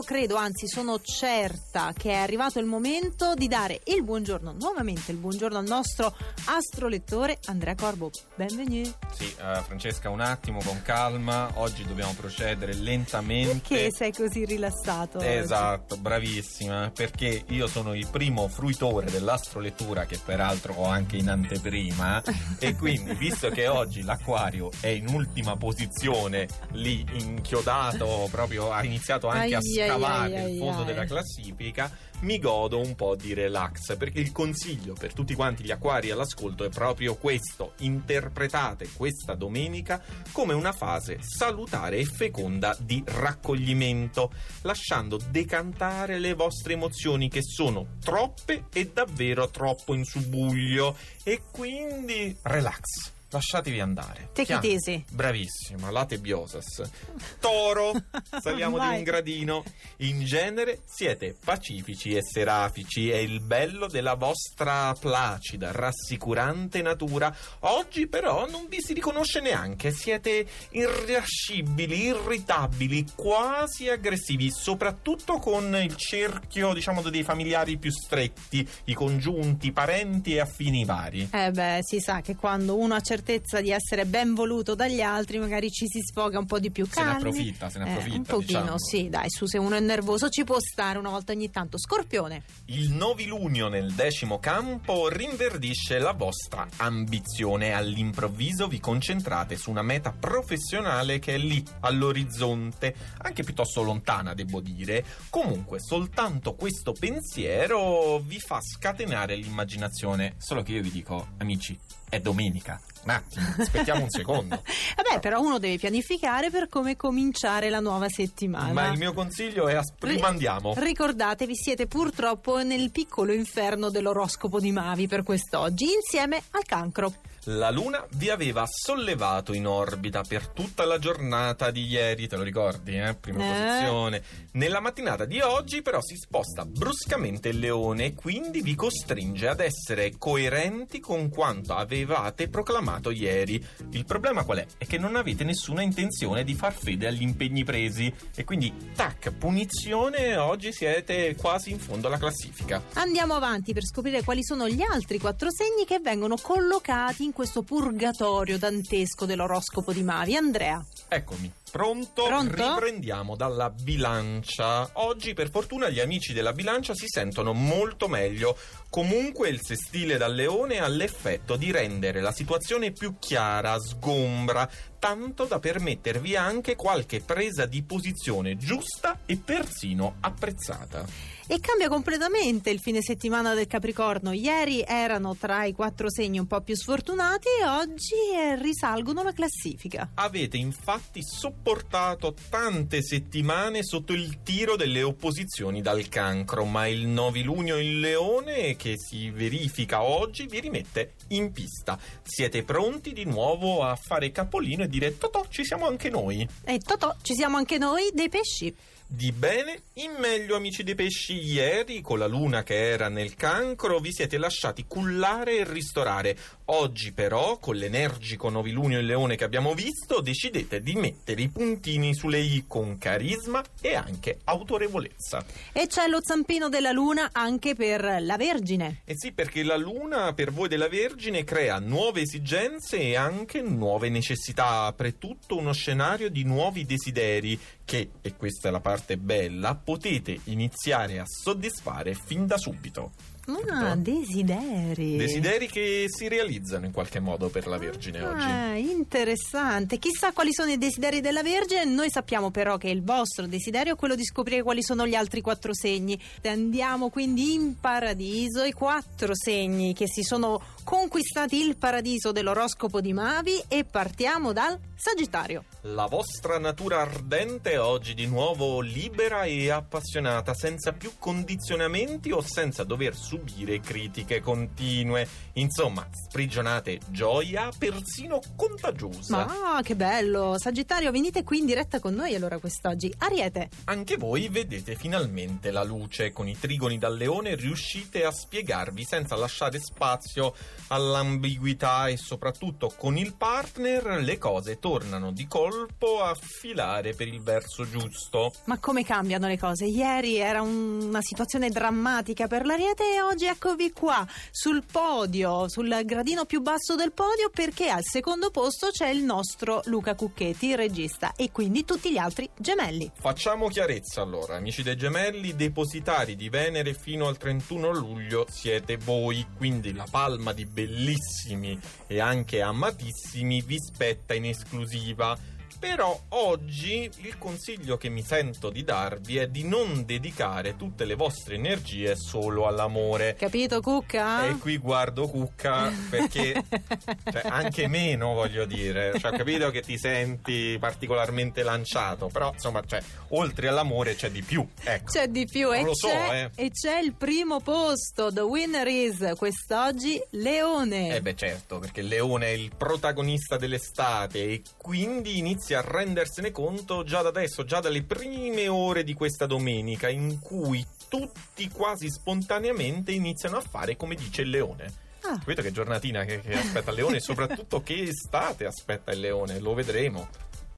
io credo, anzi sono certa che è arrivato il momento di dare il buongiorno, nuovamente il buongiorno al nostro astrolettore Andrea Corbo. Benvenuto. Sì, Francesca, un attimo, con calma, oggi dobbiamo procedere lentamente. Perché sei così rilassato? Esatto, oggi? Bravissima, perché io sono il primo fruitore dell'astrolettura, che peraltro ho anche in anteprima, e quindi, visto che oggi l'Acquario è in ultima posizione, lì inchiodato, proprio ha iniziato anche a scavare il fondo della classifica, mi godo un po' di relax, perché il consiglio per tutti quanti gli acquari all'ascolto è proprio questo: interpretate questa domenica come una fase salutare e feconda di raccoglimento, lasciando decantare le vostre emozioni, che sono troppe e davvero troppo in subbuglio, e quindi relax. Lasciatevi andare. Take it easy. Bravissima, late biosas. Toro, saliamo di un gradino. In genere siete pacifici e serafici, è il bello della vostra placida, rassicurante natura. Oggi però non vi si riconosce neanche, siete irascibili, irritabili, quasi aggressivi, soprattutto con il cerchio, diciamo, dei familiari più stretti, i congiunti, i parenti e affini vari. Si sa che quando uno ha certezza di essere ben voluto dagli altri, magari ci si sfoga un po' di più. Se ne approfitta un pochino, diciamo. Sì, dai, su, se uno è nervoso ci può stare una volta ogni tanto. Scorpione. Il novilunio nel 10° campo rinverdisce la vostra ambizione. All'improvviso vi concentrate su una meta professionale che è lì all'orizzonte, anche piuttosto lontana, devo dire. Comunque soltanto questo pensiero vi fa scatenare l'immaginazione. Solo che io vi dico, amici, è domenica. Un attimo, aspettiamo un secondo. Però uno deve pianificare per come cominciare la nuova settimana. Ma il mio consiglio è rimandiamo. Ricordatevi, siete purtroppo nel piccolo inferno dell'oroscopo di Mavi per quest'oggi, insieme al Cancro. La Luna vi aveva sollevato in orbita per tutta la giornata di ieri, te lo ricordi, prima posizione. Nella mattinata di oggi però si sposta bruscamente il Leone e quindi vi costringe ad essere coerenti con quanto avevate proclamato ieri. Il problema qual è? È che non avete nessuna intenzione di far fede agli impegni presi e quindi, tac, punizione, oggi siete quasi in fondo alla classifica. Andiamo avanti per scoprire quali sono gli altri 4 segni che vengono collocati in questo purgatorio dantesco dell'oroscopo di Mavi. Andrea. Eccomi. Pronto? Riprendiamo dalla Bilancia. Oggi per fortuna gli amici della Bilancia si sentono molto meglio. Comunque il sestile dal Leone ha l'effetto di rendere la situazione più chiara, sgombra, tanto da permettervi anche qualche presa di posizione giusta e persino apprezzata. E cambia completamente il fine settimana del Capricorno. Ieri erano tra i 4 segni un po' più sfortunati e oggi risalgono la classifica. Avete infatti sopportato tante settimane sotto il tiro delle opposizioni dal Cancro, ma il novilunio in Leone che si verifica oggi vi rimette in pista. Siete pronti di nuovo a fare capolino e dire: Totò, ci siamo anche noi. E Totò, ci siamo anche noi dei pesci. Di bene in meglio, amici dei pesci. Ieri, con la luna che era nel Cancro, vi siete lasciati cullare e ristorare. Oggi però, con l'energico novilunio in Leone che abbiamo visto, decidete di mettere i puntini sulle i con carisma e anche autorevolezza. E c'è lo zampino della luna anche per la Vergine. Eh sì, perché la luna per voi della Vergine crea nuove esigenze e anche nuove necessità. Apre tutto uno scenario di nuovi desideri che, e questa è la parte bella, potete iniziare a soddisfare fin da subito. Desideri che si realizzano in qualche modo per la Vergine oggi. Interessante. Chissà quali sono i desideri della Vergine. Noi sappiamo però che il vostro desiderio è quello di scoprire quali sono gli altri 4 segni. Andiamo quindi in paradiso. I 4 segni che si sono conquistati il paradiso dell'oroscopo di Mavi, e partiamo dal Sagittario. La vostra natura ardente è oggi di nuovo libera e appassionata, senza più condizionamenti o senza dover subire critiche continue. Insomma, sprigionate gioia persino contagiosa. Ma che bello! Sagittario, venite qui in diretta con noi allora quest'oggi. Ariete. Anche voi vedete finalmente la luce. Con i trigoni dal Leone riuscite a spiegarvi senza lasciare spazio all'ambiguità, e soprattutto con il partner le cose tornano di colpo colpo a filare per il verso giusto. Ma come cambiano le cose? Ieri era una situazione drammatica per l'Ariete e oggi eccovi qua sul podio, sul gradino più basso del podio, perché al secondo posto c'è il nostro Luca Cucchetti, il regista, e quindi tutti gli altri gemelli. Facciamo chiarezza allora, amici dei gemelli, depositari di Venere fino al 31 luglio siete voi, quindi la palma di bellissimi e anche amatissimi vi spetta in esclusiva. Però oggi il consiglio che mi sento di darvi è di non dedicare tutte le vostre energie solo all'amore. Capito, Cucca? E qui guardo Cucca perché anche meno, voglio dire. Ho capito che ti senti particolarmente lanciato, però insomma, oltre all'amore c'è di più. Ecco. C'è di più e c'è il primo posto. The winner is quest'oggi Leone. Certo, perché il Leone è il protagonista dell'estate e quindi inizia a rendersene conto già da adesso, già dalle prime ore di questa domenica, in cui tutti quasi spontaneamente iniziano a fare come dice il Leone. Capito che giornatina che aspetta il Leone e soprattutto che estate aspetta il Leone, lo vedremo.